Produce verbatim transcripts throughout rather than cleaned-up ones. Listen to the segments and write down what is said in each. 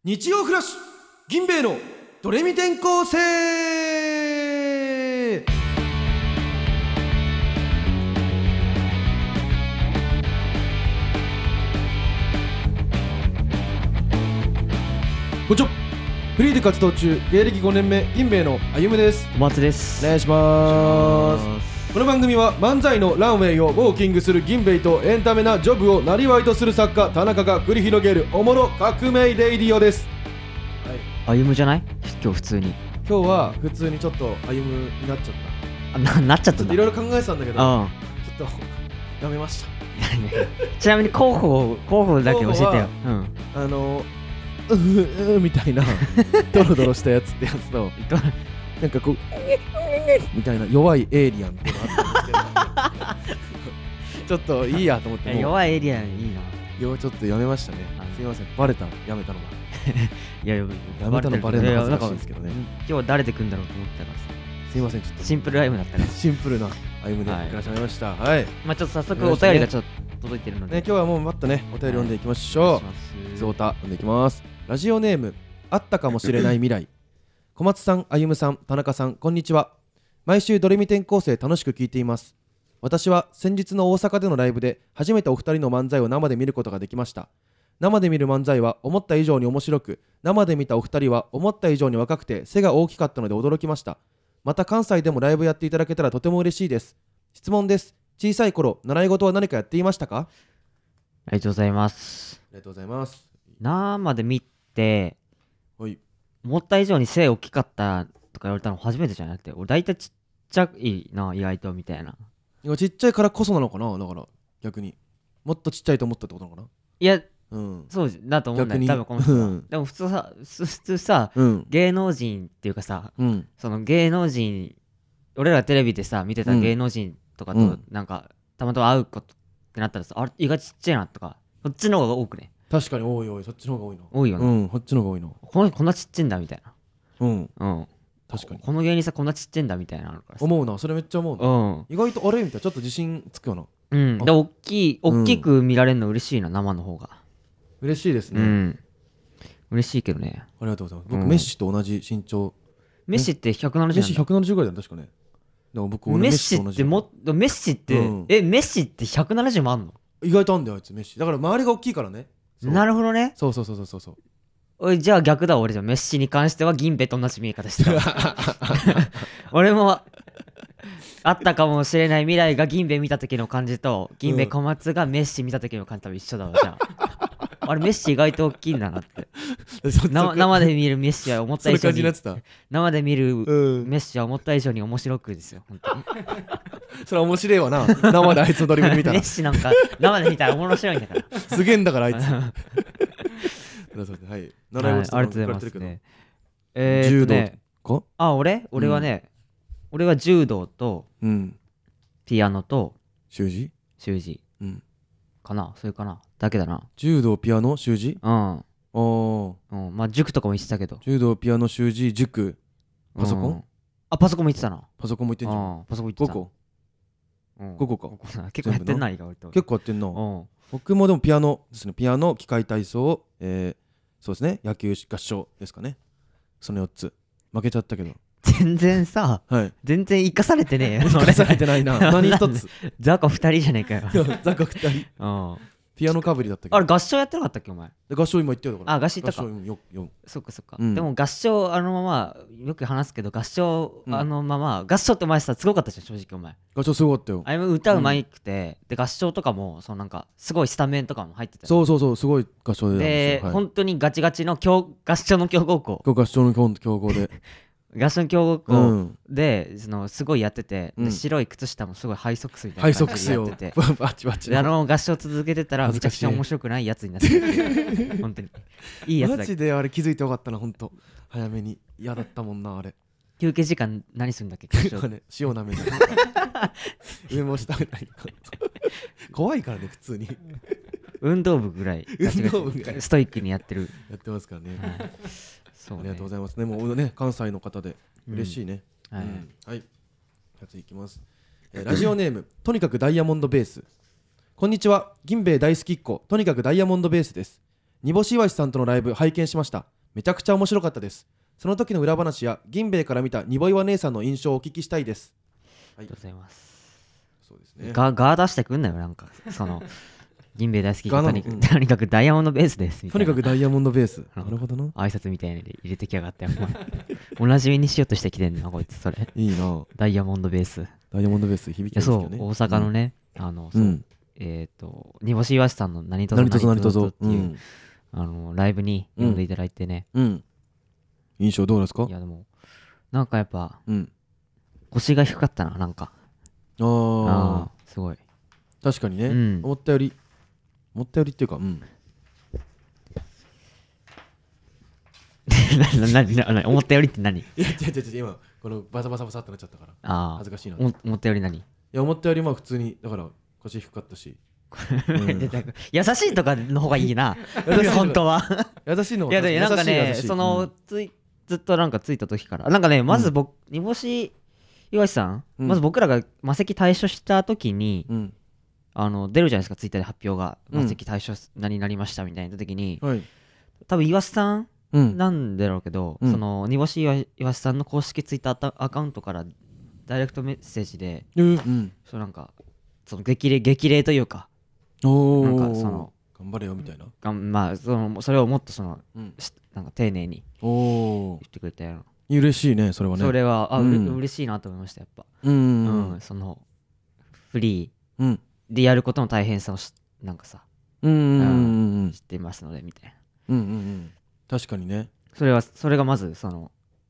日曜フラッシュ銀兵衛のドレミ転校生。こんにちは。フリーで活動中、芸歴ごねんめ銀兵衛のあゆむです。 小松です。 お願いします。この番組は漫才のランウェイをウォーキングする銀兵衛とエンタメなジョブをなりわいとする作家田中が繰り広げるおもろ革命レイディオです。 はい、歩むじゃない今日普通に。 今日は普通にちょっと歩むになっちゃった。 あ な, なっちゃったんだ。 いろいろ考えてたんだけど、ちょっとやめました。 ちなみに候補候補だけ教えてよ。うん、 あのうーうーみたいなドロドロしたやつってやつとなんかこうみたいな弱いエイリアンってのあったんですけどちょっといいやと思っても弱いエイリアンいいな。 よちょっとやめましたね。すいません、バレた。やめたのがいややめたのバレるの恥ずかしいですけどね。 今日は誰で来るんだろうと思ったらさ、 すいません、ちょっとシンプルアイムだったからシンプルなアイムでいらっしゃいました。はい、はい、 まあちょっと早速お便りがちょっと届いてるので、 ね、今日はもうまたねお便り読んでいきましょう。普通おた読んでいきます。ラジオネームあったかもしれない未来。小松さん、あゆむさん、田中さん、こんにちは。毎週ドレミ転校生楽しく聞いています。私は先日の大阪でのライブで初めてお二人の漫才を生で見ることができました。生で見る漫才は思った以上に面白く、生で見たお二人は思った以上に若くて背が大きかったので驚きました。また関西でもライブやっていただけたらとても嬉しいです。質問です。小さい頃習い事は何かやっていましたか？ ありがとうございます。 ありがとうございます。 生で見て、はい、思った以上に背大きかったとか言われたの初めてじゃなくて、俺大体ちっちゃいな意外とみたいな。 ちっちゃいからこそなのかな。だから逆にもっとちっちゃいと思ったってことなのかな。 いや、うん、そうだと思うんだよ多分この人はでも普通さ普通さ、うん、芸能人っていうかさ、うん、その芸能人俺らテレビでさ見てた芸能人とかとなんか、うん、たまたま会うことってなったらさ、あれ意外とちっちゃいなとか、そっちの方が多くね。 確かに多い多い。そっちの方が多いな。 多いよね。 うん、こっちの方が多いな。 このこんなちっちゃいんだみたいな。 うんうん。 確かに。 この芸人さこんなちっちゃいんだみたいなのからさ。 思うな。それめっちゃ思うな。うん。意外とあれみたいなちょっと自信つくよな。 うん。で大きい大きく見られるの嬉しいな、生の方が。 嬉しいですね。 うん。嬉しいけどね。 ありがとうございます。僕、うん、メッシと同じ身長。 メッシってひゃくななじゅうなんだ。 メッシひゃくななじゅうぐらいだよ確かね。でも僕俺メッシってもメッシって、うん、えメッシってひゃくななじゅうもあんの？ 意外とあんだよあいつメッシ。だから周りが大きいからね。 なるほどね。 そうそうそうそうそう。 おいじゃあ逆だ。俺じゃメッシに関しては銀兵と同じ見え方してた俺もあったかもしれない未来が銀兵見た時の感じと銀兵小松がメッシ見た時の感じ多分一緒だわ。じゃああれメッシ意外と大きいんだなって生で見るメッシは思った以上に生で見るメッシは思った以上に面白くですよ本当にそれは面白いわな。生であいつのドリブル見たらメッシなんか生で見たら面白いんだからすげえんだからあいつはい、習い事とか言われてるけど、ね、えー、柔道ねかあ俺俺はね、うん、俺は柔道と、うん、ピアノと習字習字、うん、かなそれかなだけだな。 柔道ピアノ習字うんあー、うん、まあ塾とかも行ってたけど柔道ピアノ習字塾パソコン、うん、 あパソコンも行ってたな。 パソコンも行ってんじゃん。 パソコン行ってたごこ、うん、ごこか結構やってんな。意外と結構やってんな、うん、僕もでもピアノですね。ピアノ機械体操、えーそうですね、野球合唱ですかね。そのよっつ負けちゃったけど全然さ、はい、全然生かされてねえよ。 生かされてないな何一つ雑魚ふたりじゃねえかよ雑魚ふたりうんピアノかぶりだったけど。 あれ合唱やってなかったっけお前。 合唱今言ってるから。 あ合唱行ったか。よよそっかそっか、うん、でも合唱あのままよく話すけど合唱、うん、あのまま合唱ってお前さすごかったじゃん正直お前。 合唱すごかったよ。 あれ歌うまいくて、うん、で合唱とかもそのなんかすごいスタメンとかも入ってた。 そうそうそうすごい合唱で。 で、はい、本当にガチガチの強合唱の強豪校。 合唱の強豪で。 合唱強豪校で、うん、そのすごいやってて、うん、白い靴下もすごいハイソックスみたいな感じでやっててバチバチであの合唱続けてたらめちゃくちゃ面白くないやつになってる本当にいいやつだ。 マジであれ気づいてよかったな本当。早めに嫌だったもんなあれ。 休憩時間何するんだっけね、塩舐めて上も下みたいな怖いからね普通に運動部ぐらい運動部ぐらいストイックにやってるやってますからね、はい、 そうね、 ありがとうございますね。もうね関西の方で嬉しいね、 うん、はい、 うん、はい、じゃあ次いきます、えー、ラジオネームとにかくダイヤモンドベース。こんにちは。銀兵衛大好きっ子とにかくダイヤモンドベースです。煮干しいわしさんとのライブ拝見しました。 めちゃくちゃ面白かったです。その時の裏話や銀兵衛から見たニボイワ姉さんの印象をお聞きしたいです。 ありがとうございます。 そうですね。 ガガー出してくんなよ、なんかその銀兵衛大好きとに、うん、とにかくダイヤモンドベースですみたいな。 とにかくダイヤモンドベース。なるほどな。 挨拶みたいなので入れてきやがっておなじみにしようとしてきてんのなこいつ。それいいな。 ダイヤモンドベース。 ダイヤモンドベース響きですよね。 そう、大阪のね、うん、あのそう、うん、えっ、ー、と煮干し岩瀬さんの何とぞ何とぞ何とぞっていう、うん、あのライブに呼んでいただいてね、 うんうん、印象どうですか？ いやでもなんかやっぱ、 うん、 腰が低かったな、なんかああすごい確かにね、うん、思ったより思ったよりっていうかうんななな思ったよりって何？いや違う違う違う、今このバサバサバサってなっちゃったからあ恥ずかしいな。 思ったより何？いや思ったよりまあ普通にだから腰低かったし、 うん、優しいとかの方がいいな本当は優しいのいやでなんかねその、うん、ついずっとなんかついた時からなんかねまず僕、うん、煮干し岩井さん、うん、まず僕らが魔石退所した時に、うん、あの出るじゃないですかツイッターで発表が、うん、魔石退所何になりましたみたいな時に、はい、多分岩井さんなんだろうけど、うん、その煮干し岩井さんの公式ツイッターアカウントからダイレクトメッセージで、うん、そうなんかその激励激励というかおなんかその頑張れよみたいながまあそのそれをもっとその、うん、なんか丁寧に言ってくれたよ。 嬉しいねそれはね。それはあ、うん、う嬉しいなと思いましたやっぱ。うん、うんうん、そのフリーでやることの大変さをしなんかさ、うんうんうん、知ってますのでみたいな。 うんうんうん、確かにね。 それはそれがまずその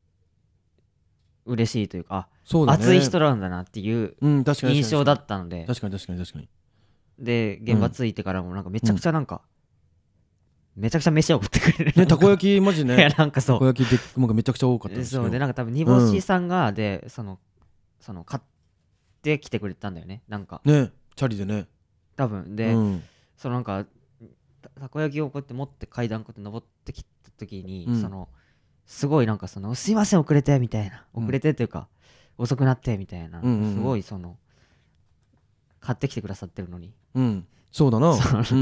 嬉しいというか、そうだね、熱い人なんだなっていう印象だったので、 確かに確かに確かに。 で現場着いてからもなんかめちゃくちゃなんか、うん、めちゃくちゃ飯を送ってくれるね。たこ焼きマジね。 いやなんかそう。 たこ焼きでもめちゃくちゃ多かったですよ。 そうでなんか多分煮干しさんがで、うん、そのその買ってきてくれたんだよねなんか。 ねチャリでね。 多分で、うん、そのなんかたこ焼きをこうやって持って階段こうやって登ってきた時に、うん、そのすごいなんかそのすいません遅れてみたいな遅れてっていうか、うん、遅くなってみたいな、うんうんうん、すごいその買ってきてくださってるのに、 うん、そうだなうんうん、うん、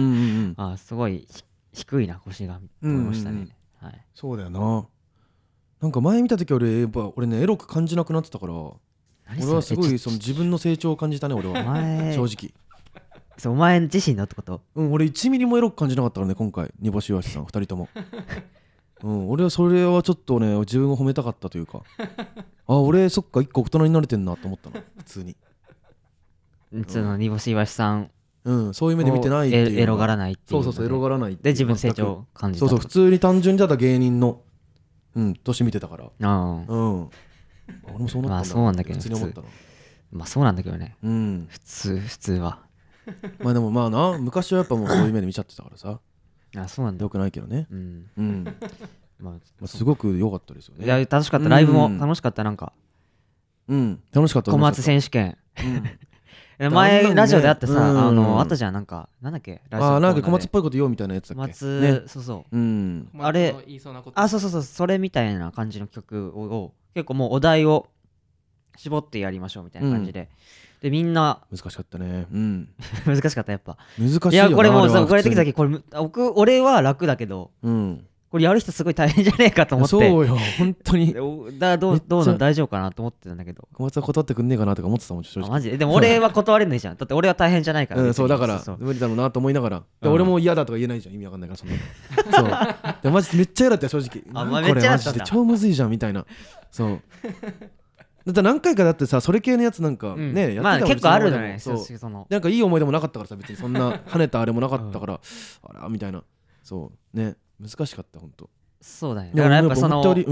あすごい低いな腰がと思いましたね、うんうんはい、 そうだよな。なんか前見た時俺やっぱ俺ねエロく感じなくなってたから俺はすごいその自分の成長を感じたね俺は正直そうお前自身のってこと？ うん俺いちミリもエロく感じなかったからね今回煮干し岩瀬さんふたりともうん、俺はそれはちょっとね自分を褒めたかったというかあ俺そっか一個大人になれてんなと思ったの普通にその煮干し岩瀬さん、 うん、そういう目で見てないっていうエロがらないっていうそうそうそうエロがらないで自分成長を感じたそうそう普通に単純にただ芸人のうん年見てたからあうん俺もそうなったんだ、 まあそうなんだけど普通に思ったのまあそうなんだけどね、うん、普通普通はまあでもまあな昔はやっぱもうそういう目で見ちゃってたからさあそうなんだよくないけどねうん、うんまあ、まあすごく良かったですよね。 いや楽しかったライブも楽しかったなんかうん楽しかった小松選手権、うん、前ラジオであってさ、うん、あのあったじゃんなんかなんだっけラジオあなんか小松っぽいこと言おうみたいなやつだっけ小松、ね、そうそう、うん、あれあそうそうそうそれみたいな感じの曲を結構もうお題を絞ってやりましょうみたいな感じで、うんでみんな難しかったね、うん、 難しかったやっぱ難しいよないやこれもうさ送られてきた時これ僕俺は楽だけど、うん、これやる人すごい大変じゃねえかと思ってそうよ本当にだどうどうなん大丈夫かなと思ってたんだけど小松は断ってくんねえかなとか思ってたもん正直マジででも俺は断れないじゃんだって俺は大変じゃないから、 うん、そうだから無理だろうなと思いながら、うん、俺も嫌だとか言えないじゃん意味わかんないからそんなそうでマジでめっちゃ嫌だったよ正直あ、まあ、めっちゃ嫌だったんだこれマジで超むずいじゃんみたいなそうだって何回かだってさそれ系のやつなんかね、うん、やってたまあ結構あるじゃないそうそのなんかいい思い出もなかったからさ別にそんな跳ねたあれもなかったから、うん、あらみたいなそうね難しかったほんとそうだねだからやっぱその、 うん、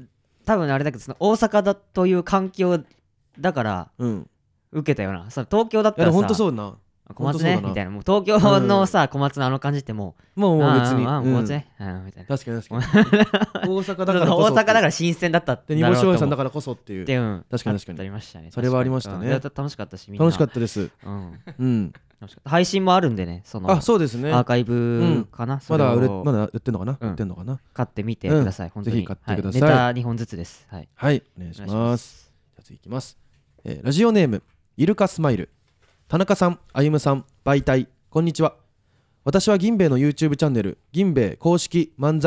多分あれだけどその大阪だという環境だから、うん、受けたよなその東京だったらさほんとそうな小松ねみたいなもう東京のさ、うん、小松のあの感じってもうもうもう別にああ小松ね、うん、みたいな確かに確かに大阪だからこそ大阪だから新鮮だったって煮干し親さんだからこそっていうで、うん、 確かに確かにありましたねそれはありましたね楽しかったしみんな楽しかったですうん、うん配信もあるんでねそのあそうですねアーカイブかな、うん、 まだ売れまだ売ってんのかな、うん、売ってんのかな買ってみてください、うん、本当にぜひ買ってください、 はい、ネタにほんずつですはい、 はい、お願いしますじゃあ次いきます、えー、ラジオネームイルカスマイル田中さんあゆむさん媒体こんにちは私は銀兵衛の YouTube チャンネル銀兵衛公式漫才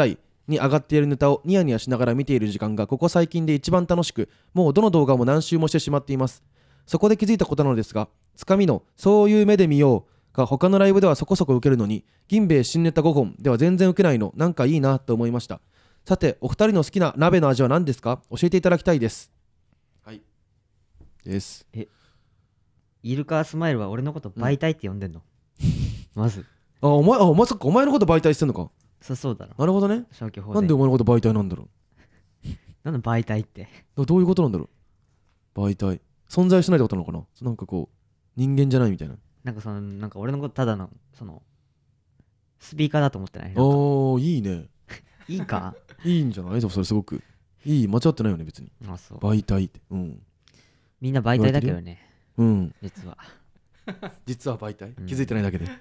に上がっているネタをニヤニヤしながら見ている時間がここ最近で一番楽しく、もうどの動画も何周もしてしまっています。そこで気づいたことなのですが、つかみのそういう目で見ようが他のライブではそこそこ受けるのに、銀兵衛新ネタごほんでは全然受けないの、なんかいいなと思いました。さて、お二人の好きな鍋の味は何ですか？教えていただきたいです。はいです。 えイルカスマイルは俺のこと媒体って呼んでんの、うん、まずあお前あお前そっかお前のこと媒体してんのか。 そうそうだろ。 なるほどね。 消去法でなんでお前のこと媒体なんだろうなんで媒体ってどういうことなんだろう。媒体存在しないってことなのかな。なんかこう人間じゃないみたいな。 なんかそのなんか俺のことただのそのスピーカーだと思ってない。 おーいいねいいかいいんじゃない？それすごくいい。間違ってないよね別に。 あそう媒体ってうんみんな媒体だけどね。 うん実は実は媒体、 うん、 気づいてないだけで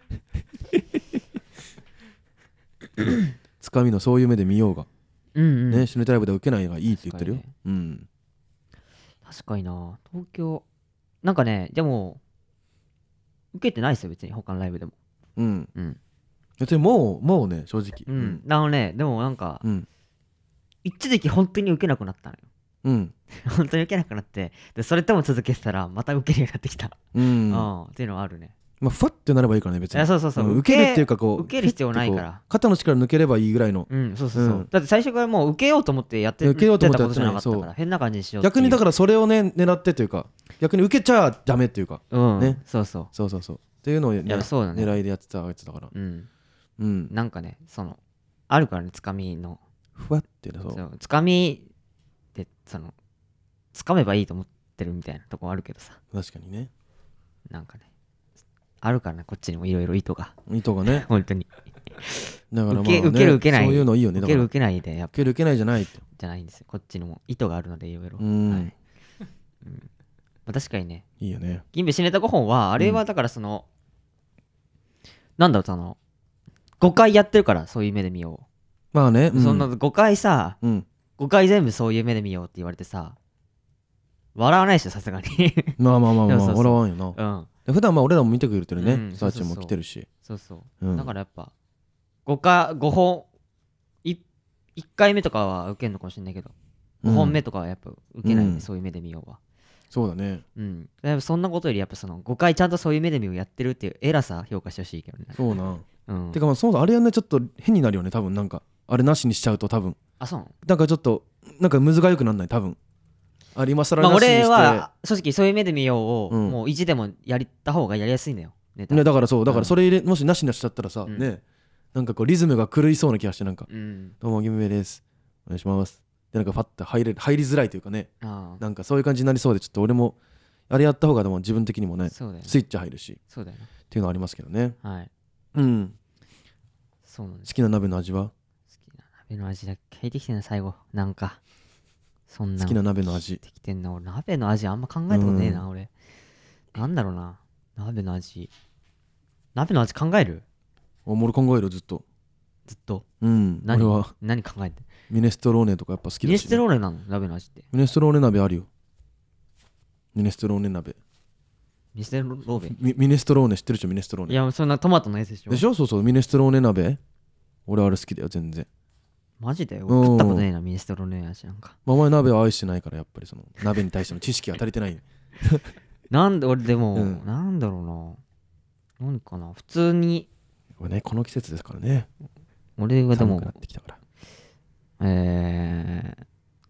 つかみのそういう目で見ようが、 うんうんね、シネタライブで受けないがいいって言ってるよ、 確かうん、 確かにな。東京なんかね、でも受けてないですよ別に他のライブでも。 うんうん別にもうもうね正直うん、あのねでもなんか、 うん、 一時期本当に受けなくなったのよ。 うん本当に受けなくなって、でそれとも続けてたらまた受けるようになってきた。 うん、 あっていうのはあるね。 まあふわってなればいいからね別に。 いやそうそうそう、 うん、受けるっていうかこう受ける必要ないから、 肩の力抜ければいいぐらいの。 うんそうそうそう、 うん、 だって最初からもう受けようと思ってやって受けようと思ってたことじゃなかったから変な感じにしようっていう。 逆にだからそれをね狙ってというか逆に受けちゃダメっていうか、 うんね、 そうそうそうそうそうっていうのを、ね、 いやそうだね、 狙いでやってたやつだから、 うんうん、 なんかねそのあるからねつかみのふわってね。そうそうつかみでそのつかめばいいと思ってるみたいなとこあるけどさ、 確かにね。 なんかねあるからねこっちにもいろいろ意図が意図がね本当にだからまあ、ね、 受け受ける受けないそういうのいいよね。 受ける受けないでやっぱ受ける受けないじゃないってじゃないんですよ。こっちにも意図があるのでいろいろ。 うん、 はいうんまあ、確かにねいいよね。 銀兵衛シネタごほんはあれはだからその、うん、なんだろうそのごかいやってるからそういう目で見よう。まあね、 うん、そんなごかいさ、うん、ごかい全部そういう目で見ようって言われてさ笑わないでしょさすがにまあまあまあまあ笑わんよな、 うん、 普段まあ俺らも見てくれてるね、 うん、 人たちも来てるし。 そうそう、うん、だからやっぱごかごほん い, いっかいめとかは受けるのかもしれないけどごほんめとかはやっぱ受けないね、うん、そういう目で見ようは。 そうだね。 うん。そんなことよりやっぱそのごかいちゃんとそういう目で見ようやってるっていう偉さ評価してほしいけどね。 そうな。 うん、 てかまあそもそもあれやんねちょっと変になるよね多分。なんかあれなしにしちゃうと多分。 あそうなの？ なんかちょっとなんかむずがよくなんない多分。あれ今更なしにして。 まあ俺は正直そういう目で見ようを、うん、もう意地でもやった方がやりやすいんだよ。 ねだからそうだからそれ入れもしなしになっちゃったらさ、うん、ねなんかこうリズムが狂いそうな気がしてなんか、うん、どうもギムベですお願いしますでなんかファッて入れ入りづらいというかね、なんかそういう感じになりそうでちょっと俺もあれやった方がでも自分的にもねスイッチ入るしそうだよ、ね、 っていうのはありますけどね。 はいうんそうなんです。 好きな鍋の味は？好きな鍋の味だけ聞いてきてんな最後なんかそんな好きな鍋の味できてんな俺。鍋の味あんま考えたことねえな、うん、俺なんだろうな鍋の味鍋の味考える？ 俺考えるずっとずっとうん何俺は何考えてミネストローネとかやっぱ好きだし、ね、 ミネストローネなの鍋の味って。 ミネストローネ鍋あるよ。ミネストローネ鍋ミネストローネミ, ミネストローネ知ってるでしょミネストローネ。 いやそんなトマトのやつでしょ。 でしょそうそうミネストローネ鍋俺あれ好きだよ全然。 マジで俺食ったことねえなミネストローネ味なんか。 まあ、お前鍋は愛してないからやっぱりその鍋に対しての知識が足りてないなんで俺でも、うん、なんだろうな何かな普通にこれねこの季節ですからね。 俺はでも寒くなってきたからえ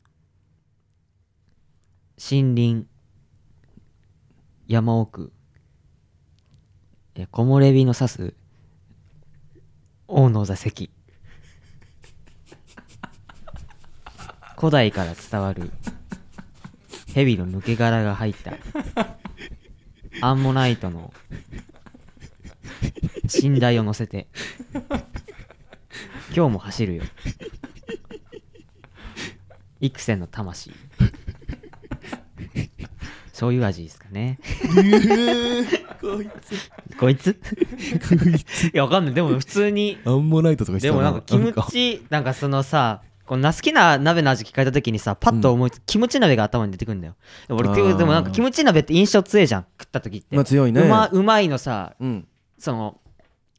ー、森林山奥え木漏れ日の差す王の座席古代から伝わる蛇の抜け殻が入ったアンモナイトの寝台を乗せて今日も走るよ幾千の魂そういう味ですかねこいつこいついやわかんない。でも普通にアンモナイトとかしてたな。 でもなんかキムチなんかそのさこの好きな鍋の味聞かれた時にさパッと思いつ、うん、キムチ鍋が頭に出てくるんだよ。でも俺でもなんかキムチ鍋って印象強いじゃん食った時って。 まあ強いね。 うま、うまいのさ、 うん、 その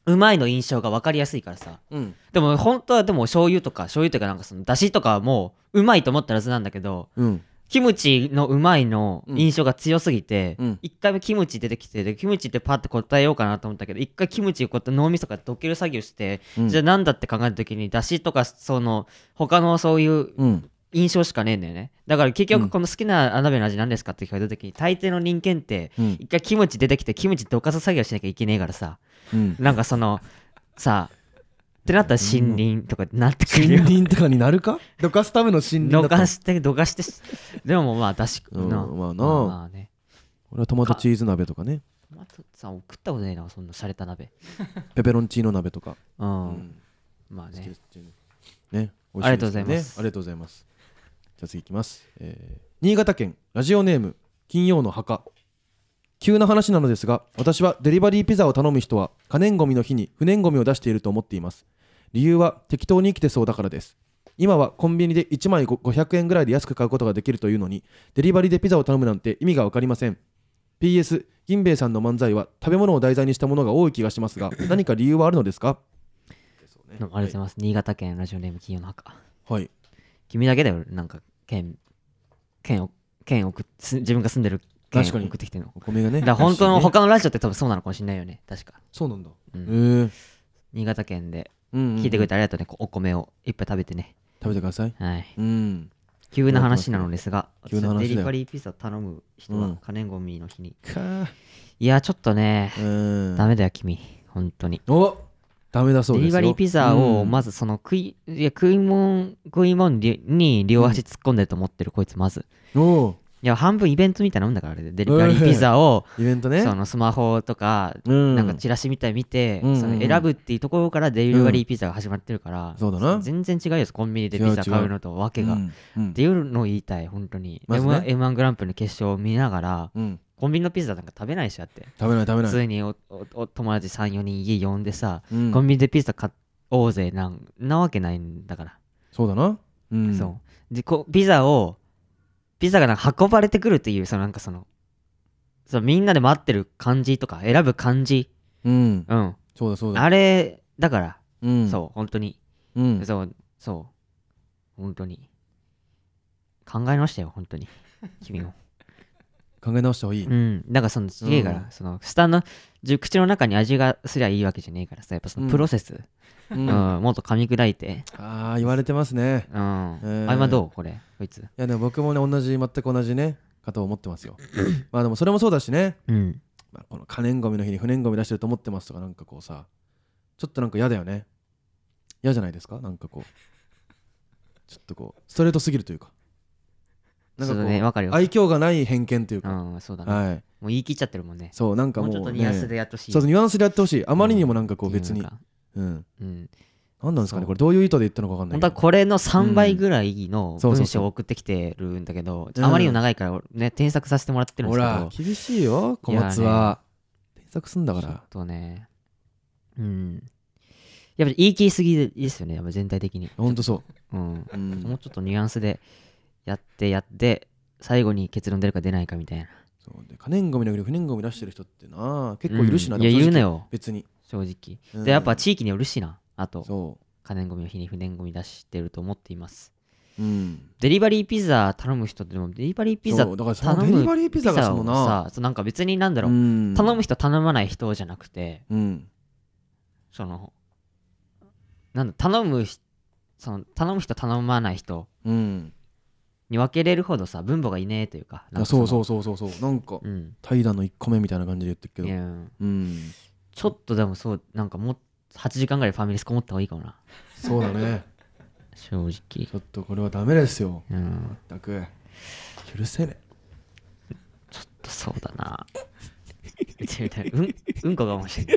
うまいの印象が分かりやすいからさ。 うんでも本当はでも醤油とか醤油とかなんかそのだしとかはもううまいと思ったはずなんだけど、 うんキムチのうまいの印象が強すぎて、 うん一回目キムチ出てきて、でキムチってパッて答えようかなと思ったけど、一回キムチをこうやって脳みそからどける作業して、 うんじゃあなんだって考えた時にだしとかその他のそういううん印象しかねえんだよね。だから結局この好きな鍋の味何ですかって聞かれた時に、大抵の人間ってうん一回キムチ出てきてキムチどかす作業しなきゃいけねえからさ、 うんなんかそのさってなったら森林とかなってくるよ。 森林とかになるかどかすための森林だとどかしてどかしてしでもまあだしうんなまあなまあまあね。 俺はトマトチーズ鍋とかねトマトさ食ったことねえな、そんな洒落た鍋。 ペペロンチーノ鍋とかううんんまあね。 ね美味しですよねありがとうございますありがとうございますじゃあ次いきますえー新潟県ラジオネーム金曜の墓急な話なのですが、私はデリバリーピザを頼む人は可燃ゴミの日に不燃ゴミを出していると思っています。理由は適当に生きてそうだからです。今はコンビニでいちまいごひゃくえんぐらいで安く買うことができるというのに、デリバリーでピザを頼むなんて意味がわかりません。ピーエス 銀兵衛さんの漫才は食べ物を題材にしたものが多い気がしますが、何か理由はあるのですか？ ありがとうございます。新潟県ラジオネーム金曜の墓。 はい。 君だけだよ、なんか県県を県送っす自分が住んでる県を確かに送ってきてるの。 お米がね。 だから本当の美味しいね他のラジオって多分そうなのかもしれないよね、確か。 そうなんだ。 うんへー新潟県でうんうんうん聞いてくれてありがとうね。こお米をいっぱい食べてね。 食べてください。 はい。 うん。 急な話なのですが、 急な話だよデリバリーピザ頼む人うんは可燃ゴミの日に。 かーいや、ちょっとね、 うん。 ダメだよ、君。本当に。 おダメだそうですよ。 デリバリーピザをうんまずその食い、いや食いもん食いもんにに両足突っ込んでると思ってる、こいつまず。 おいや、半分イベントみたいなもんだから、あれでデリバリーピザを、 イベントね。 そのスマホとか、 うんなんかチラシみたいに見て、 うんうんうんその選ぶっていうところからデリバリーピザが始まってるから、 そうだな全然違うよ、コンビニでピザ買うのとわけが。 うんうんっていうのを言いたい、本当に。 まずねエムワン グランプリの決勝を見ながら、 うんコンビニのピザなんか食べないし、だって。 食べない食べない。 普通におおお友達さん、よにん家呼んでさ、 うんコンビニでピザ買おうぜなんなわけないんだから。 そうだな。うんそう。で、こピザを、ピザがなんか運ばれてくるっていう、そのなんかその、そうみんなで待ってる感じとか、選ぶ感じ。 うん。 うん。 そうだそうだ。 あれ、だから、 うん。 そう、本当に。 うん。 そう、そう。本当に。考えましたよ、本当に。君も。 考え直した方がいい。 うん。だからその、ちげえから、 うんその、下の、じゅ口の中に味がすりゃいいわけじゃねえからさ、やっぱそのプロセス、 ううんん、もっと噛み砕いて、 ああ、言われてますね。 うん。 えーあ、今どうこれ、こいつ。 いやでも僕もね、同じ、全く同じね、方を思ってますよ。まあでもそれもそうだしね、 うん。 まあこの可燃ゴミの日に不燃ゴミ出してると思ってますとか、なんかこうさ、ちょっとなんか嫌だよね。嫌じゃないですかなんかこう。ちょっとこう、ストレートすぎるというか。なんかそうこう、 だねわかるよ愛嬌がない偏見というか。 うん、そうだね。 はい。 もう言い切っちゃってるもんね。 そう、なんかもう、 もうちょっとニュアンスでやってほしい。 そう、ニュアンスでやってほしい。あまりにもなんかこう別に。 っていうのがうん。 うん。 なんなんですかねそうこれどういう意図で言ったのか分かんないけど。 本当はこれのさんばいぐらいのそうそうそう文章を送ってきてるんだけど、 うんあまりにも長いからね、添削させてもらってるんですけほら、 ど、 厳しいよ、小松は。添削すんだかちょっら。 とね、うん。やっぱ言い切りすぎですよね、やっぱ全体的に。 ほんとそうん。 う。うんもうちょっとニュアンスでやってやって、最後に結論出るか出ないかみたいな。 そうで可燃ゴミのより不燃ゴミ出してる人ってな、結構いるしな。 うんいや、 でも正直いるのよ、 別に。 正直。 うんで、やっぱ地域によるしな、あと、 そ可燃ゴミの日に不燃ゴミ出してると思っています。 う。うん。 デリバリーピザ頼む人ってでもデリバリーピザそうだからその頼むデリバリーピザがそのピな、 ザをさそうなんか別になんだろう、 うん頼む人頼まない人じゃなくてうん。 そのなんだ頼むひその頼む人頼まない人うん。 に分けれるほどさ分母がいねえというかなんかそうそううそうそうそう。なんか、 うん怠惰のいっこめみたいな感じで言ってるけど。 いやうん。 ちょっとでもそうなんかもうはちじかんぐらいファミレスこもった方がいいかもなそうだね。 正直ちょっとこれはダメですよ。 うんたく。許せねそうだなうんうんこが面白い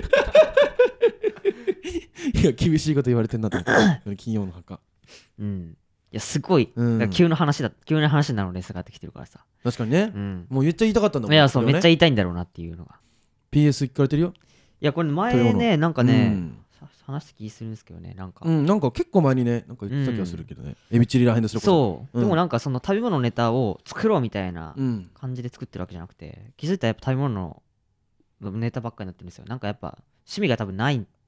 え。いや、厳しいこと言われてんなと思って。金曜の墓。 うんいやすごい、 うんだから急な話だ急な話なのに下がってきてるからさ確かにねう。んもうめっちゃ言いたかったんだもん。 いやそう、 れをねめっちゃ言いたいんだろうなっていうのがピーエス 聞かれてるよ。 いやこれ前豊ね野なんかね、 うんさ話す気するんですけどねなんか、 うん、なんか結構前にね、なんか言ってた気がするけどね。エビチリらへんでするそう、 うんでもなんかその食べ物のネタを作ろうみたいなうん。 感じで作ってるわけじゃなくて気づいたらやっぱ食べ物のネタばっかりになってるんですよなんかやっぱ趣味が多分ない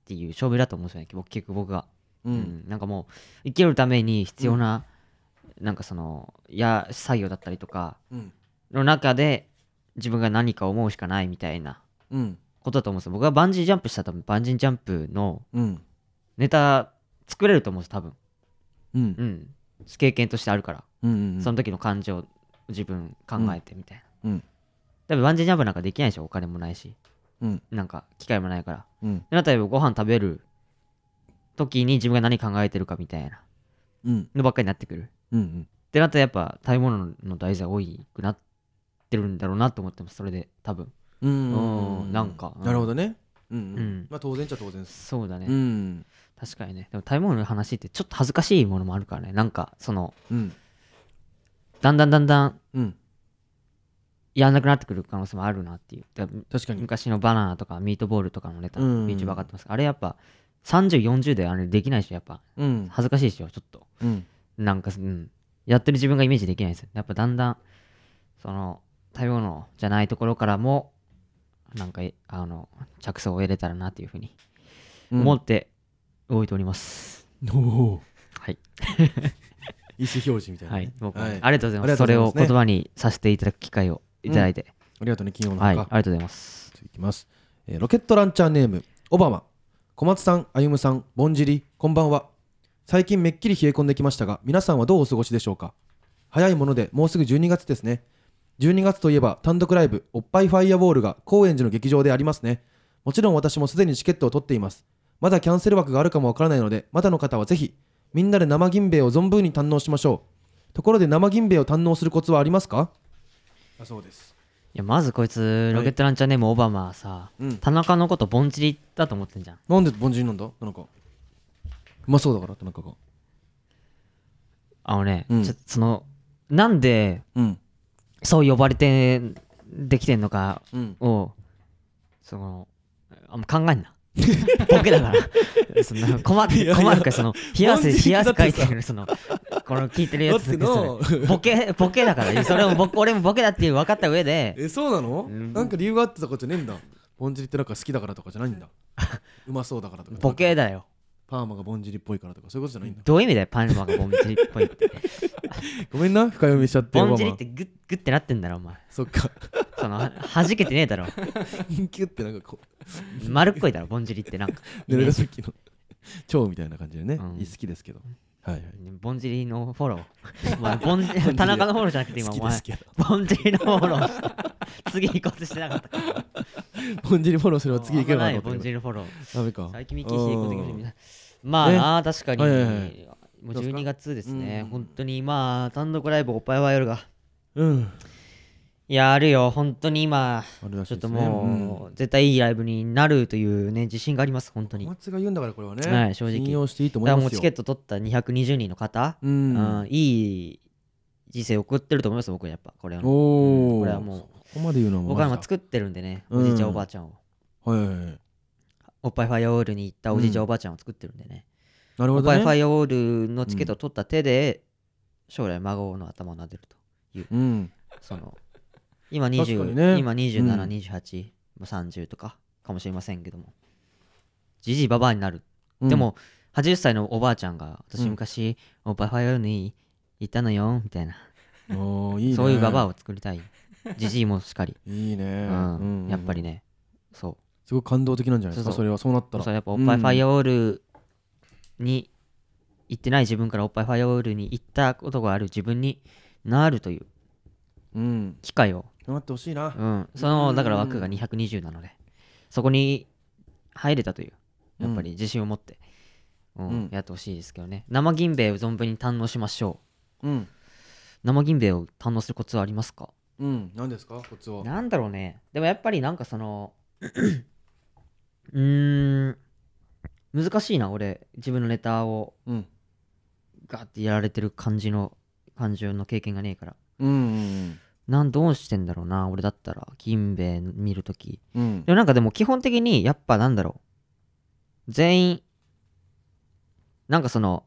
っていう証明だと思うんですよね僕結局僕が、 ううんん、なんかもう生きるために必要な、なんかそのや作業だったりとかうんの中で自分が何か思うしかないみたいなうんことだと思うんですよ。僕がバンジージャンプしたら多分バンジージャンプのうんネタ作れると思うんです多分。 うんうん経験としてあるから、 うんうんその時の感情を自分考えてみたいな、 うん多分バンジージャンプなんかできないでしょ、お金もないしうんなんか機会もないから。 うんで例えばご飯食べる時に自分が何考えてるかみたいなうんのばっかりになってくるうんってなったらやっぱ食べ物の題材多くなってるんだろうなと思ってます。それで多分うんうんなんかうんなるほどねうんううんんまあ当然っちゃ当然ですそうだね、 うん確かにね。でも食べ物の話ってちょっと恥ずかしいものもあるからね。なんかそのうんだんだんだんだんうんやんなくなってくる可能性もあるなっていう。だから確かに昔のバナナとかミートボールとかのネタ、 うん YouTube 上がってます。あれやっぱさんじゅう、よんじゅうであれできないし、やっぱうん恥ずかしいでしょ、ちょっと。 うんなんか、うん、やってる自分がイメージできないですよ。やっぱだんだん、その、食べ物じゃないところからも、なんか、えあの、着想を得れたらなっていうふうに思っておいております。 おおはい。 意思表示みたいなはねい。僕もはいありがとうございます。 ありがとそうれございますねを言葉にさせていただく機会をいただいて。 ありがとうね金曜のはい。あ中りがとうございます。 いきます、えーロケットランチャーネームオバマ小松さんあゆむさんぼんじりこんばんは。最近めっきり冷え込んできましたが皆さんはどうお過ごしでしょうか。早いものでもうすぐじゅうにがつですね。じゅうにがつといえば単独ライブおっぱいファイアウォールが高円寺の劇場でありますね。もちろん私もすでにチケットを取っています。まだキャンセル枠があるかもわからないのでまだの方はぜひみんなで生銀兵衛を存分に堪能しましょう。ところで生銀兵衛を堪能するコツはありますか。あそうです。 いや、まずこいつ、ロケットランチャーネームオバマはさ、 うん田中のことボンチリだと思ってんじゃん。 なんで凡人なんだ田中。うまそうだから田中が。 あのね、 うんちょその、なんで、 うんそう呼ばれてできてんのかうんを、その、あんま考えんな。ボケだからその困る困るからその冷や汗冷や汗かいてるそのこの聞いてるやつだってそれボケボケだからそれも僕俺もボケだっていう分かった上でえそうなの、 うんなんか理由があってとかじゃねえんだ。ぼんじりってなんか好きだからとかじゃないんだ。うまそうだからとか。 ボケだよ。 パーマがぼんじりっぽいからとかそういうことじゃないんだ。 どういう意味だよパンマがボンジリっぽいってごめんな深読みしちゃって。 ボンジリってグッグッてなってんだろお前。 そっか。 そのは弾けてねえだろキュってなんかこ丸っこいだろボンジリってなんかう濡れた時の蝶みたいな感じでね、 うんいい好きですけど。はいはい。 ボンジリのフォローお前ボン田中のフォローじゃなくて今好お前きですけど。 ボンジリのフォローした次行こうとしてなかったからぼんじりフォローすれば次いけるかあんまないボンなと思ったけど。 ジリのフォローダメか。 最近ミキ冷え込んできましたみたいなまあな確かに、 はいはいはいもうじゅうにがつですねうん本当にまあ単独ライブおっぱいは夜がうん。 いやあるよ本当に今あるらしちょっといですね。 もう、絶対いいライブになるというね自信があります本当に小松が言うんだからこれはね。 はい正直信用していいと思いますよ。 だからもうチケット取ったにひゃくにじゅうにんの方、 ううんん。 いい人生送ってると思いますよ僕はやっぱこれはおお。 うんこれはもうそこまで言うのは僕はもうマジ作ってるんでねうんおじいちゃんおばあちゃんを、 だ。はいはいはい。 おっぱいファイアウォールに行ったおじいちゃんおばあちゃんを作ってるんでね、 なるほどね。 おっぱいファイアウォールのチケットを取った手で、将来孫の頭を撫でるとうん。 その今にじゅう、 確かにね今にじゅうなな、 うんにじゅうはち、まあさんじゅうとかかもしれませんけどもじじいばばあになる、 うんでもはちじゅっさいのおばあちゃんが私うん昔、おっぱいファイアウォールに行ったのよみたいなおーいいね。 そういうババアを作りたいじじいもしっかり、 いいね。 うんうんやっぱり。ねそすごい感動的なんじゃないですか、 そうそうそれは。そうなったら。 うそうやっぱおっぱいファイアウォールに行ってない自分からおっぱいファイアウォールに行ったことがある自分になるといううん。 機会を、 頑張ってほしいな。 うん、そのだから枠がにひゃくにじゅうなのでそこに入れたというやっぱり自信を持って、うんうんやってほしいですけどね生銀兵衛を存分に堪能しましょううん。 生銀兵衛を堪能するコツはありますか。 うん。何ですか、コツは。 なんだろうねでもやっぱりなんかそのうーん難しいな俺自分のネタをうん。 ガーってやられてる感じの感情の経験がねえからうんうんなんどうしてんだろうな俺だったら銀兵衛見るときうん。うんでもなんかでも基本的にやっぱなんだろう全員なんかその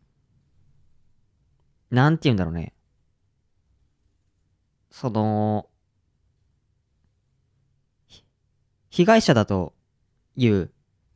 なんて言うんだろうねそのひ被害者だという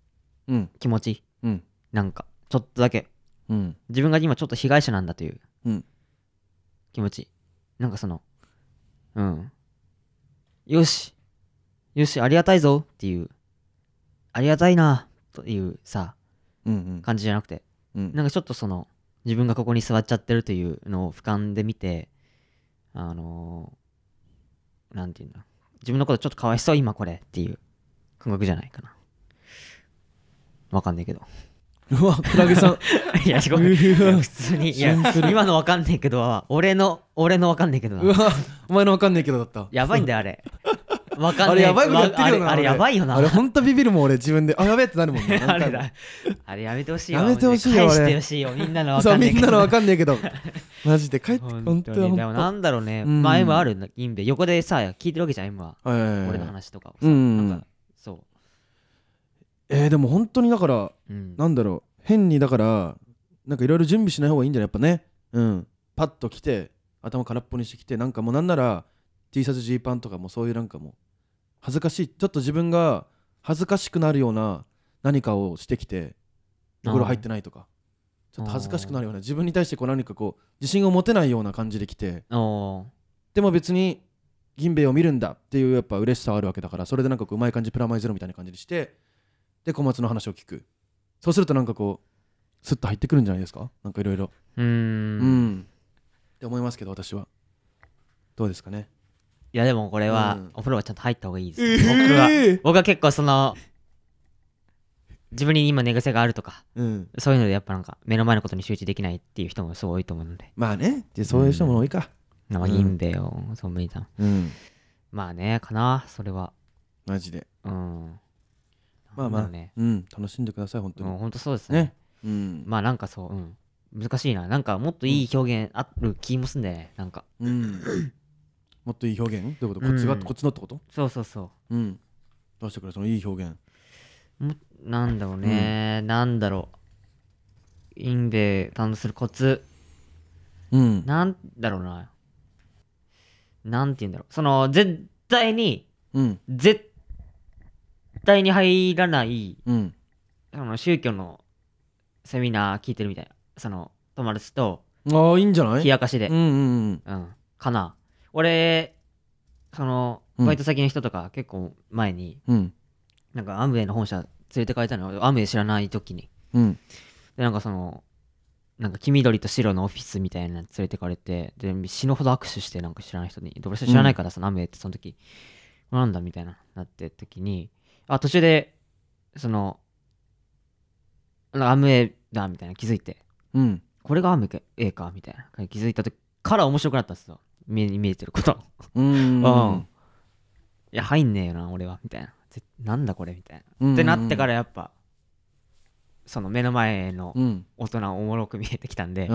うん気持ち、 うん、 なんかちょっとだけ、 うん、 自分が今ちょっと被害者なんだといううん気持ち、なんかそのうんよしよしありがたいぞっていう、ありがたいなというさ、 うんうん感じじゃなくて、 うん、 なんかちょっとその自分がここに座っちゃってるというのを俯瞰で見て、あのー、なんていうんだ、自分のことちょっとかわいそう今これっていう感覚じゃないかな。わかんないけど。 うわクラゲさんいやごめん、いや普通に、いやシンプル今のわかんないけど、俺の俺のわかんないけどな、 うわお前のわかんないけどだった。 やばいんだよあれ。わかんない。 あれやばいことやってるよな。 あれ、あれやばいよな。 あれほんとビビるもん俺自分で、あやべえってなるもんね。 あれだ、あれやめてほしいよ。 やめてほしいよ。 返してほしいよ。みんなのわそうかんないけど。 みんなのわかんないけどマジで帰って本本当に。 当は本当でもなんだろうね、 うんまあ M あるんだ、インベ横でさ聞いてるわけじゃん M は、 はいはいはい俺の話とかをさ、 うんなんかそえー、でも本当にだからう、うん、 なんだろう変にだからなんかいろいろ準備しない方がいいんじゃないやっぱね。うんパッと来て頭空っぽにしてきて、なんかもうなんなら T シャツジーパンとかもそういうなんかもう恥ずかしい、ちょっと自分が恥ずかしくなるような何かをしてきて、お風呂入ってないとかちょっと恥ずかしくなるような、自分に対してこう何かこう自信を持てないような感じで来て、 おでも別に銀兵衛を見るんだっていうやっぱ嬉しさはあるわけだから、それでなんかこううまい感じプラマイゼロみたいな感じにして、で小松の話を聞く。そうするとなんかこうスッと入ってくるんじゃないですか、なんかいろいろうーんうんって思いますけど、私はどうですかね。 いやでもこれは、 うんお風呂はちゃんと入った方がいいです、ね、僕は僕は結構その自分に今寝癖があるとか、 うん、 そういうのでやっぱなんか目の前のことに集中できないっていう人もすごい多いと思うので、 まあね、でそういう人も多いか、 生銀兵衛をそう向いた、 うん、 まあねかな、それはマジでうんまあまあね、 うん、楽しんでください本当に。 もう本当そうですね。 ね、うん、 まあなんかそう、うん、難しいな、なんかもっといい表現ある気もすんだよね、なんか。 うん、もっといい表現どういうこと、コツが、 うん、 コツのってこと。 そうそうそう。うん。どうしてくれそのいい表現。 もなんだろうね、うん、なんだろう、インベを担当するコツ、 うん、 なんだろうな、なんて言うんだろう、その絶対に、 うん、 絶対に入らない、 うん、 その宗教のセミナー聞いてるみたいな、その友達とああいいんじゃない、 冷やかしで、 うんうんうんうん、かな。俺そのバイト先の人とか結構前に、 うん、 なんかアムウェイの本社連れてかれたの、アムウェイ知らない時に、 うん、 でなんかそのなんか黄緑と白のオフィスみたいなの連れてかれて、で死ぬほど握手して、なんか知らない人に、俺知らないからそのアムウェイってその時なんだみたいななって時に、あ途中でそのアムウェイだみたいな気づいて、 うん、 これがアムウェイかみたいな気づいた時から面白くなったんですよ、見え見えてることうん、うん、 いや入んねえよな俺はみたいな、なんだこれみたいな、ってなってからやっぱその目の前の大人おもろく見えてきたんで、うん、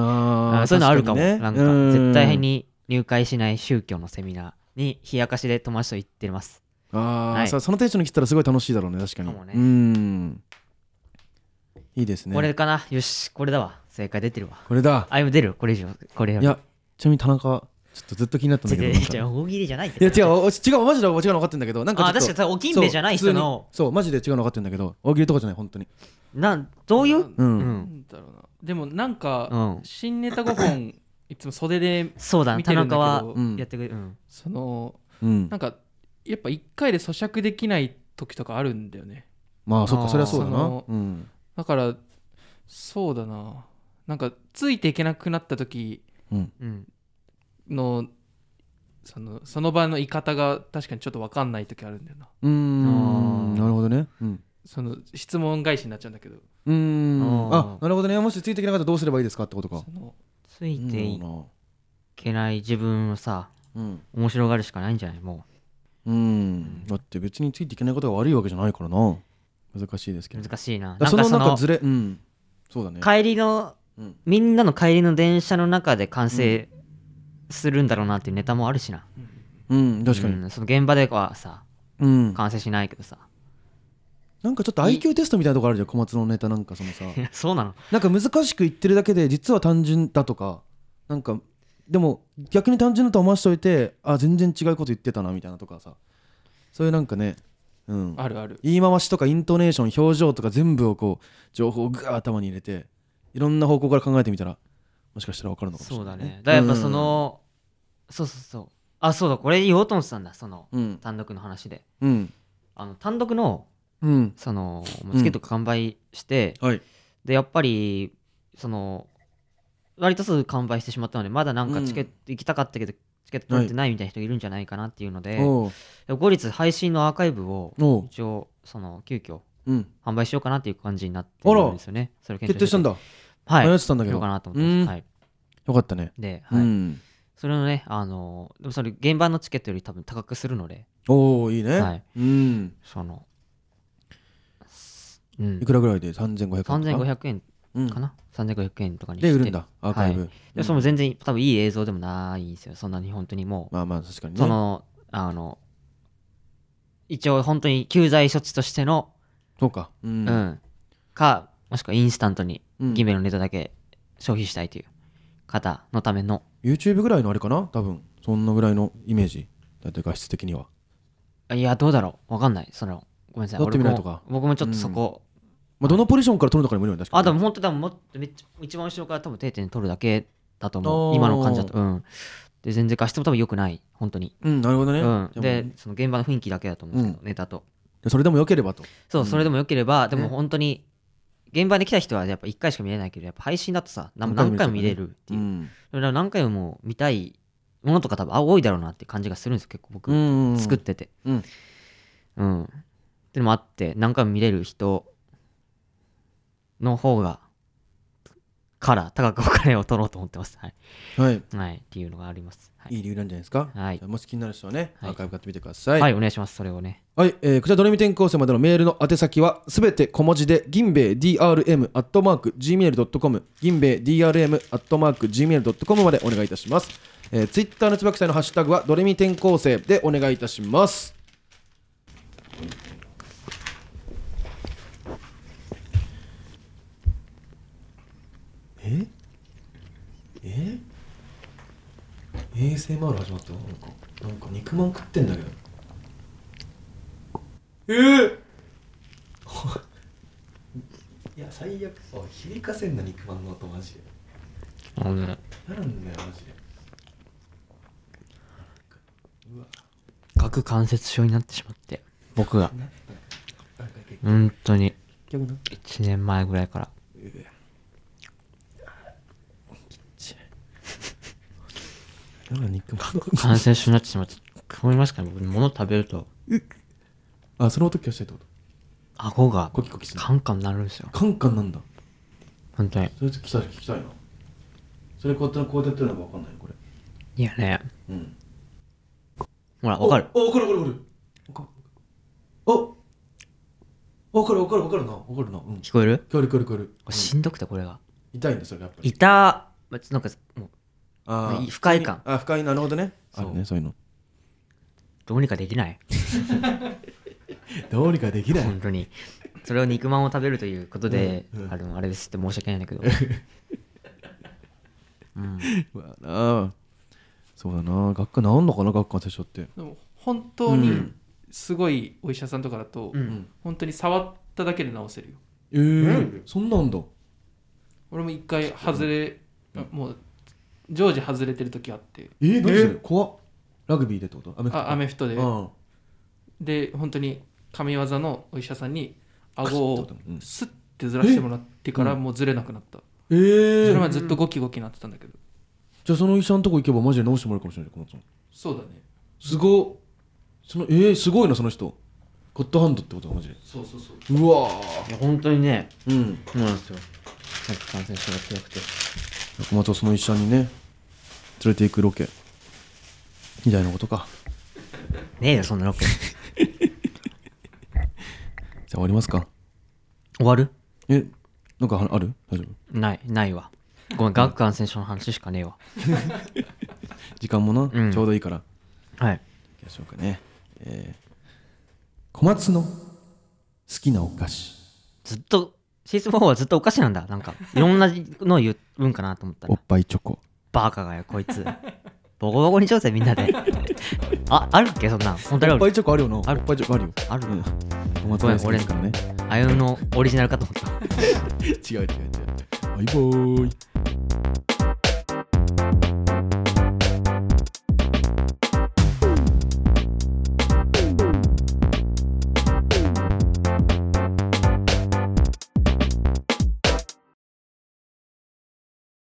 あそういうのあるかも、ね、なんか絶対に入会しない宗教のセミナーに冷やかしで友達と行ってます。 ああ、はい、そのテンションに来たらすごい楽しいだろうね、確かに。かもね、うんいいですね。 これかな、よしこれだわ、正解出てるわ、 これだ。 あ今出る、これ以上これより。 いやちなみに田中ちょっとずっと気になったんだけど、 違う大喜利じゃないって。 いや違う違うマジで違うの分かってんだけど、なんかあ確かにお金兵衛じゃない人のそうマジで違うの分かってんだけど、大喜利とかじゃない本当に。 なんどういう、 うん、 なんだろうな、でもなんか、うん、新ネタごほんいつも袖で見てるんだけど、 そうだ田中はやってくれる、うん、 その、うん、なんかやっぱいっかいで咀嚼できない時とかあるんだよね。 まあそっか、そりゃそうだな、うん、 だからそうだな、なんかついていけなくなった時の、うん、そのその場の言い方が確かにちょっと分かんない時あるんだよな。 うーんなるほどね、うん、 その質問返しになっちゃうんだけど、 うーんあなるほどね、もしついていけなかったらどうすればいいですかってことか。 そのついていけない自分をさ、うん、面白がるしかないんじゃないもう。うんだって別についていけないことが悪いわけじゃないからな。難しいですけど。 難しいな。 なんかそのなんかずれ、うん、そうだね。 帰りの、うん、みんなの帰りの電車の中で完成するんだろうなっていうネタもあるしな。 うん、うん、確かに、 うん。その現場ではさ、うん、完成しないけどさ。 なんかちょっと アイキュー テストみたいなとこあるじゃん、小松のネタなんかそのさ。 そうなの？ なんか難しく言ってるだけで実は単純だとか、なんかでも逆に単純だと思わしといて、あ全然違うこと言ってたなみたいなとかさ、そういうなんかねうん、 あるある。 言い回しとかイントネーション表情とか全部をこう情報をグー頭に入れていろんな方向から考えてみたらもしかしたら分かるのかもしれない、ね、 そうだね。だからやっぱその、うん、そうそうそうあそうだこれ言おうと思ってたんだその、うん、単独の話で、うん、あの単独の、うん、そのチケットが完売して、うんはい、でやっぱりその割とすぐ完売してしまったのでまだなんかチケット行きたかったけど、うんチケット取ってないみたいな人いるんじゃないかなっていうので、はい、後日配信のアーカイブを一応その急遽販売しようかなっていう感じになってるんですよね。それを決定したんだ。 はい。 迷ってたんだけど。 しようかなと思ってます。はい。 よかったね。 で、はい。うん、それのね、あのでもそれ現場のチケットより多分高くするので。 おおいいね。 はい。 うん。 その、 うん、いくらぐらいでさんぜんごひゃくえんとか。 さんぜんごひゃくえんかな。うんさんぜんごひゃくえんとかにしてで売るんだアーカイブ、はい、 でその全然多分いい映像でもないんですよそんなに本当にもうまあまあ確かにねそのあの一応本当に救済処置としてのそうかうん、うん、かもしくはインスタントにギメのネタだけ消費したいという方のための、 うん、YouTube ぐらいのあれかな多分そんなぐらいのイメージだって画質的にはいやどうだろうわかんないそのごめんなさい撮ってみないとか僕もちょっとそこ、うんまあ、どのポジションから取るのかにもよるんだけど、 ね、あでも本当多分もっとめっちゃ一番後ろから多分定点取るだけだと思う今の感じだとうんで全然画質も多分良くない本当にうんなるほどね、 うん、でその現場の雰囲気だけだと思うんですけど、うん、ネタとそれでも良ければとそう、うん、それでも良ければでも本当に現場に来た人はやっぱいっかいしか見れないけどやっぱ配信だとさ何回も見れるっていう、うん、だから何回も見たいものとか多分多いだろうなって感じがするんですよ結構僕、うんうんうん、作っててうん、うん、ってのもあって何回も見れる人の方がから高くお金を取ろうと思ってます。はい。 はい。 はい、っていうのがあります。はい、 いい理由なんじゃないですか。 はい。 もし気になる人はね、アーカイブ買ってみてください。 はい、お願いします。それをね。 はい、えー、こちらドレミ転校生までのメールの宛先はすべて小文字で銀兵衛 ディーアールエム アットマーク ジーメール ドットコム 銀兵衛 ディーアールエム アットマーク ジーメール ドットコム までお願いいたします。えー、ツイッターのつばきさんのハッシュタグはドレミ転校生でお願いいたします。ええ エーエスエムアール 始まったなんかなんか肉まん食ってんだけどえー、いや最悪さ響かせんな肉まんの音マジであねなるんだよマジでうわ顎関節症になってしまって僕が本当にいちねんまえぐらいから感染症になってしまって聞こえますかね僕物食べるとあその音聞かせたいってこと顎がコキコキカンカンなるんですよカンカンなんだ本当にそれ聞きたい聞きたいなそれこうやってこうやってやってるのか分かんないこれいやねうんほら分かるあ分かる分かる分かるあ分かる分かる分かるな分かるな、うん、 聞こえる聞こえる聞こえる聞こえる、 うん、しんどくてこれが痛いんだそれやっぱり痛なんかもうあ不快感あ不快なるほどねあるねそういうのどうにかできないどうにかできない本当にそれを肉まんを食べるということで、うんうん、あのあれですって申し訳ないんだけどうんうわなそうだな学科治んのかな学科接種ってでも本当にすごいお医者さんとかだと、うん、本当に触っただけで治せるよえー、うん、そんなんだ俺も一回外れ、うん、もう常時外れてる時あってえー、何それ、えー、怖っラグビーでってことアメフトあアメフトで、うん、で本当に神業のお医者さんに顎をスッてずらしてもらってからもうずれなくなった、 えー、 それまでずっとゴキゴキなってたんだけどじゃあその医者のとこ行けばマジで治してもらえるかもしれない小松さんそうだねすごそのえー、すごいなその人ゴッドハンドってことマジでそうそうそううわいや本当にねうんそうなんですよ感染症が強くて小松はその医者にね連れて行くロケみたいなことかねえよそんなロケじゃあ終わりますか終わるえなんかある大丈夫ないないわごめん顎感染症の話しかねえわ時間もな、うん、ちょうどいいからはいいきましょうかね、えー、小松の好きなお菓子ずっとシーズンフォーはずっとお菓子なんだなんかいろんなの言うんかなと思ったらおっぱいチョコバカがよこいつボコボコにしようぜみんなであ、あるっけそんなん本当にあるおっぱいチョコあるよな。 あるおっぱいチョコあるよ。 ある、 うん、小松大好きですからね。 あゆのオリジナルかと思った違う違う違う。バイバーイ。